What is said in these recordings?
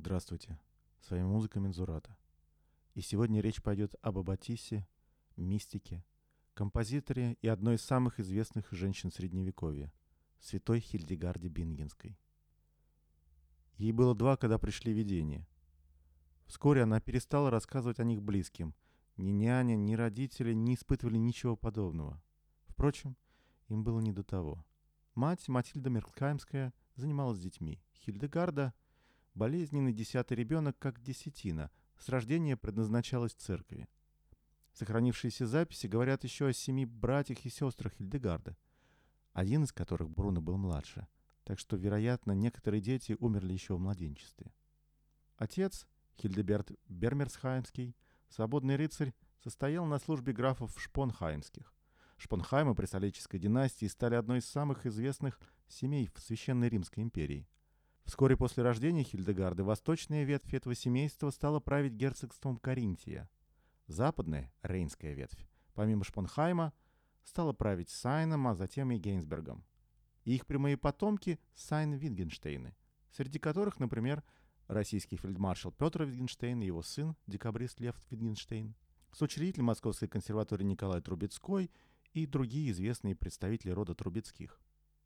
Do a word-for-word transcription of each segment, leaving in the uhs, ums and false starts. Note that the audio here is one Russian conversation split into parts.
Здравствуйте, с вами музыка Мензурата. И сегодня речь пойдет об Аббатисе, мистике, композиторе и одной из самых известных женщин Средневековья, святой Хильдегарде Бингенской. Ей было два, когда пришли видения. Вскоре она перестала рассказывать о них близким. Ни няня, ни родители не испытывали ничего подобного. Впрочем, им было не до того. Мать, Матильда Меркхаймская, занималась детьми. Хильдегарда, болезненный десятый ребенок, как десятина, с рождения предназначалась церкви. Сохранившиеся записи говорят еще о семи братьях и сестрах Хильдегарда, один из которых, Бруно, был младше, так что, вероятно, некоторые дети умерли еще в младенчестве. Отец, Хильдеберт Бермерсхаймский, свободный рыцарь, состоял на службе графов Шпонхаймских. Шпонхаймы при Солической династии стали одной из самых известных семей в Священной Римской империи. Вскоре после рождения Хильдегарды восточная ветвь этого семейства стала править герцогством Каринтия. Западная, рейнская ветвь, помимо Шпонхайма, стала править Сайном, а затем и Гейнсбергом. И их прямые потомки – Сайн-Витгенштейны, среди которых, например, российский фельдмаршал Петр Витгенштейн и его сын, декабрист Лев Витгенштейн, соучредитель Московской консерватории Николай Трубецкой и другие известные представители рода Трубецких.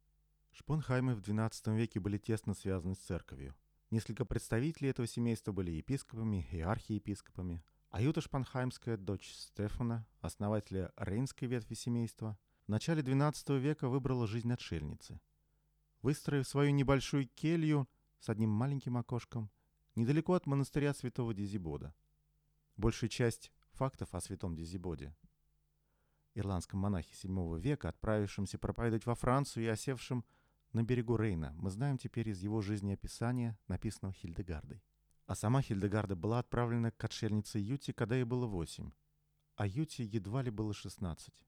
Шпонхаймы в двенадцатом веке были тесно связаны с церковью. Несколько представителей этого семейства были епископами и архиепископами. А Юта Шпонхаймская, дочь Стефана, основателя рейнской ветви семейства, в начале двенадцатого века выбрала жизнь отшельницы. Выстроив свою небольшую келью с одним маленьким окошком недалеко от монастыря святого Дизибода. Большая часть фактов о святом Дизибоде, ирландском монахе седьмого века, отправившемся проповедовать во Францию и осевшем на берегу Рейна, мы знаем теперь из его жизнеописания, написанного Хильдегардой. А сама Хильдегарда была отправлена к отшельнице Юте, когда ей было восемь, а Юте едва ли было шестнадцать.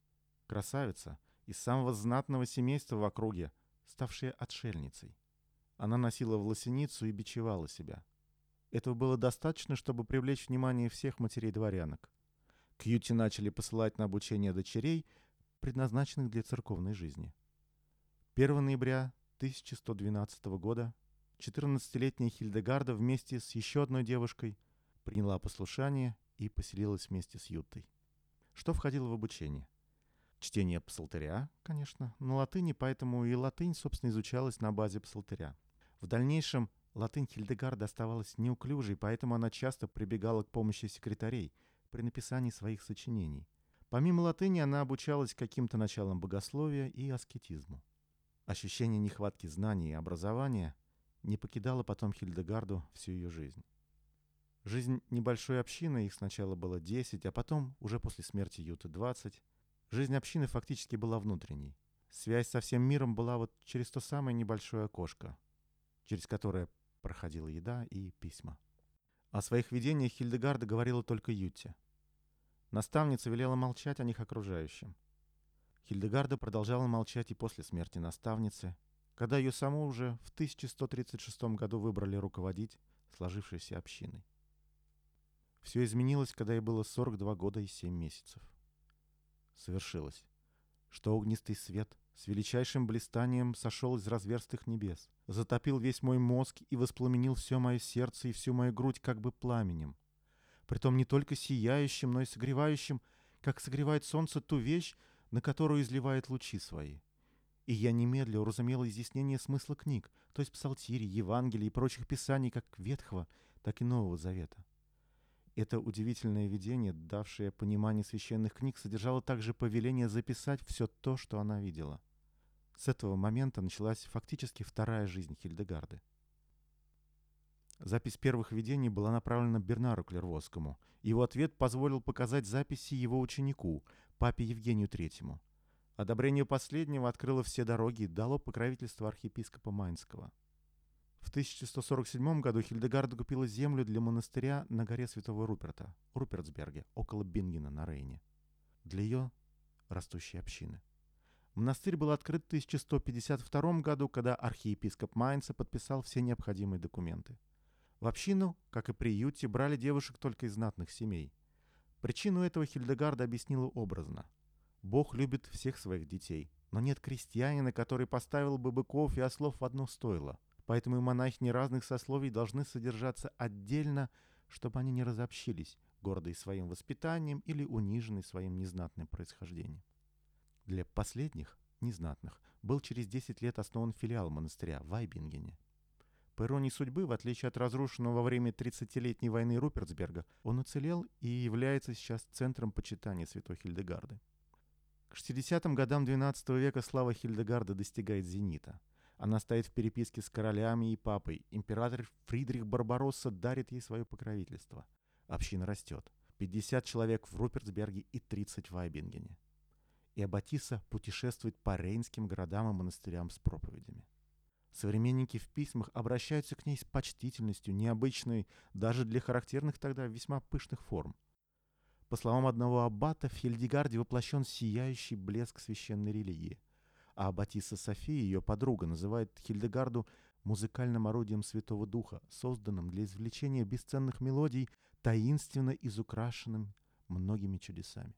Красавица из самого знатного семейства в округе, ставшая отшельницей. Она носила власеницу и бичевала себя. Этого было достаточно, чтобы привлечь внимание всех матерей-дворянок. К Юте начали посылать на обучение дочерей, предназначенных для церковной жизни. первого ноября тысяча сто двенадцатого года четырнадцатилетняя Хильдегарда вместе с еще одной девушкой приняла послушание и поселилась вместе с Ютой. Что входило в обучение? Чтение псалтыря, конечно, на латыни, поэтому и латынь, собственно, изучалась на базе псалтыря. В дальнейшем латынь Хильдегарды оставалась неуклюжей, поэтому она часто прибегала к помощи секретарей при написании своих сочинений. Помимо латыни она обучалась каким-то началам богословия и аскетизму. Ощущение нехватки знаний и образования не покидало потом Хильдегарду всю ее жизнь. Жизнь небольшой общины, их сначала было десять, а потом, уже после смерти Юты, двадцать. Жизнь общины фактически была внутренней. Связь со всем миром была вот через то самое небольшое окошко, через которое проходила еда и письма. О своих видениях Хильдегарда говорила только Юте. Наставница велела молчать о них окружающим. Хильдегарда продолжала молчать и после смерти наставницы, когда ее саму уже в тысяча сто тридцать шестом году выбрали руководить сложившейся общиной. Все изменилось, когда ей было сорок два года и семь месяцев. Совершилось, что огнистый свет с величайшим блистанием сошел из разверстых небес, затопил весь мой мозг и воспламенил все мое сердце и всю мою грудь как бы пламенем. Притом не только сияющим, но и согревающим, как согревает солнце ту вещь, на которую изливает лучи свои. И я немедля уразумела изъяснение смысла книг, то есть псалтирь, Евангелий и прочих писаний как Ветхого, так и Нового Завета. Это удивительное видение, давшее понимание священных книг, содержало также повеление записать все то, что она видела. С этого момента началась фактически вторая жизнь Хильдегарды. Запись первых видений была направлена Бернару Клервосскому. Его ответ позволил показать записи его ученику, папе Евгению Третьему. Одобрение последнего открыло все дороги и дало покровительство архиепископа Майнского. В тысяча сто сорок седьмом году Хильдегарда купила землю для монастыря на горе Святого Руперта, Рупертсберге, около Бингена на Рейне, для ее растущей общины. Монастырь был открыт в тысяча сто пятьдесят втором году, когда архиепископ Майнца подписал все необходимые документы. В общину, как и при Юте, брали девушек только из знатных семей. Причину этого Хильдегарда объяснила образно. Бог любит всех своих детей, но нет крестьянина, который поставил бы быков и ослов в одно стойло. поэтому и монахини разных сословий должны содержаться отдельно, чтобы они не разобщились, гордые своим воспитанием или униженные своим незнатным происхождением. Для последних, незнатных, был через десять лет основан филиал монастыря в Вайбингене. По иронии судьбы, в отличие от разрушенного во время тридцатилетней войны Руперцберга, он уцелел и является сейчас центром почитания святой Хильдегарды. К шестидесятым годам двенадцатого века слава Хильдегарды достигает зенита. Она стоит в переписке с королями и папой. Император Фридрих Барбаросса дарит ей свое покровительство. Община растет. пятьдесят человек в Руперцберге и тридцать в Вайбингене. И Аббатисса путешествует по рейнским городам и монастырям с проповедями. Современники в письмах обращаются к ней с почтительностью, необычной даже для характерных тогда весьма пышных форм. По словам одного аббата, в Хильдегарде воплощен сияющий блеск священной религии. А Аббатисса София, ее подруга, называет Хильдегарду музыкальным орудием Святого Духа, созданным для извлечения бесценных мелодий, таинственно изукрашенным многими чудесами.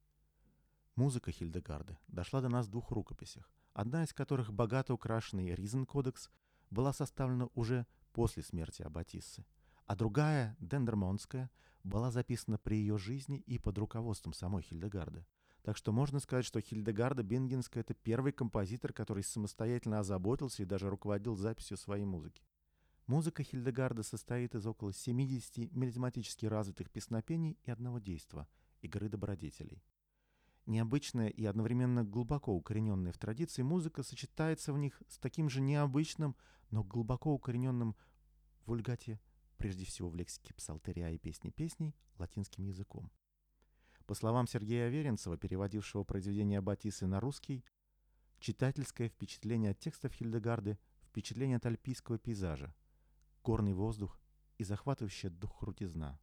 Музыка Хильдегарды дошла до нас в двух рукописях, одна из которых, богато украшенный Ризен-кодекс, была составлена уже после смерти Аббатиссы, а другая, Дендермонская, была записана при ее жизни и под руководством самой Хильдегарды. Так что можно сказать, что Хильдегарда Бингенская — это первый композитор, который самостоятельно озаботился и даже руководил записью своей музыки. Музыка Хильдегарды состоит из около семидесяти мелизматически развитых песнопений и одного действа — игры добродетелей. Необычная и одновременно глубоко укорененная в традиции музыка сочетается в них с таким же необычным, но глубоко укорененным в вульгате, прежде всего в лексике псалтерия и песни песней, латинским языком. По словам Сергея Аверинцева, переводившего произведение Аббатиссы на русский, читательское впечатление от текстов Хильдегарды — впечатление от альпийского пейзажа, горный воздух и захватывающая дух крутизна.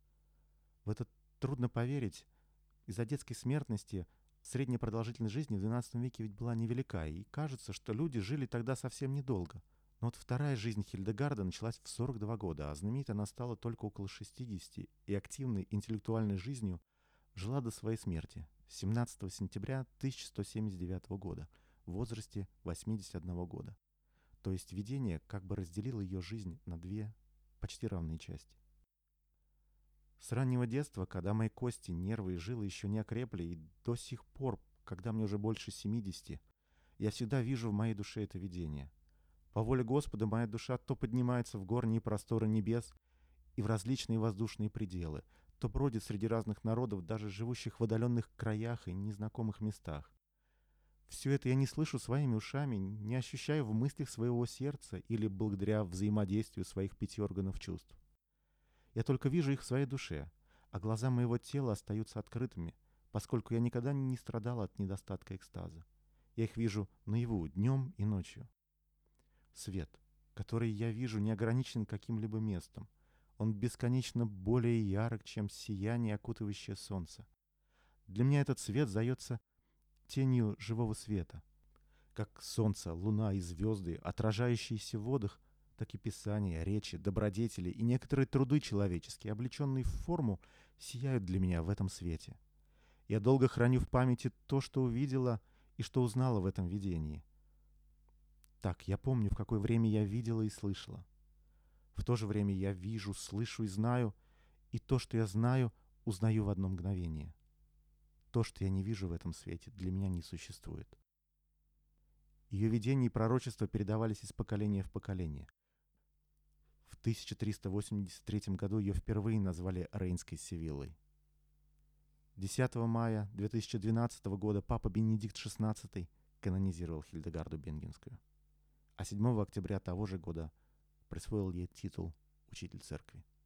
В это трудно поверить. Из-за детской смертности средняя продолжительность жизни в двенадцатом веке ведь была невелика, и кажется, что люди жили тогда совсем недолго. Но вот вторая жизнь Хильдегарда началась в сорок два года, а знаменитой она стала только около шестидесяти, и активной интеллектуальной жизнью жила до своей смерти семнадцатого сентября тысяча сто семьдесят девятого года в возрасте восьмидесяти одного года. То есть видение как бы разделило ее жизнь на две почти равные части. С раннего детства, когда мои кости, нервы и жилы еще не окрепли, и до сих пор, когда мне уже больше семидесяти, я всегда вижу в моей душе это видение. По воле Господа моя душа то поднимается в горние просторы небес и в различные воздушные пределы, то бродит среди разных народов, даже живущих в отдаленных краях и незнакомых местах. Все это я не слышу своими ушами, не ощущаю в мыслях своего сердца или благодаря взаимодействию своих пяти органов чувств. Я только вижу их в своей душе, а глаза моего тела остаются открытыми, поскольку я никогда не страдал от недостатка экстаза. Я их вижу наяву, днем и ночью. Свет, который я вижу, не ограничен каким-либо местом. Он бесконечно более ярок, чем сияние, окутывающее солнце. Для меня этот свет зается тенью живого света. Как солнце, луна и звезды, отражающиеся в водах, так и писания, речи, добродетели и некоторые труды человеческие, облеченные в форму, сияют для меня в этом свете. Я долго храню в памяти то, что увидела и что узнала в этом видении. Так, я помню, в какое время я видела и слышала. В то же время я вижу, слышу и знаю, и то, что я знаю, узнаю в одно мгновение. То, что я не вижу в этом свете, для меня не существует. Ее видения и пророчества передавались из поколения в поколение. В тысяча триста восемьдесят третьем году ее впервые назвали Рейнской Севиллой. десятого мая две тысячи двенадцатого года папа Бенедикт шестнадцатый канонизировал Хильдегарду Бингенскую, а седьмого октября того же года присвоил ей титул «Учитель церкви».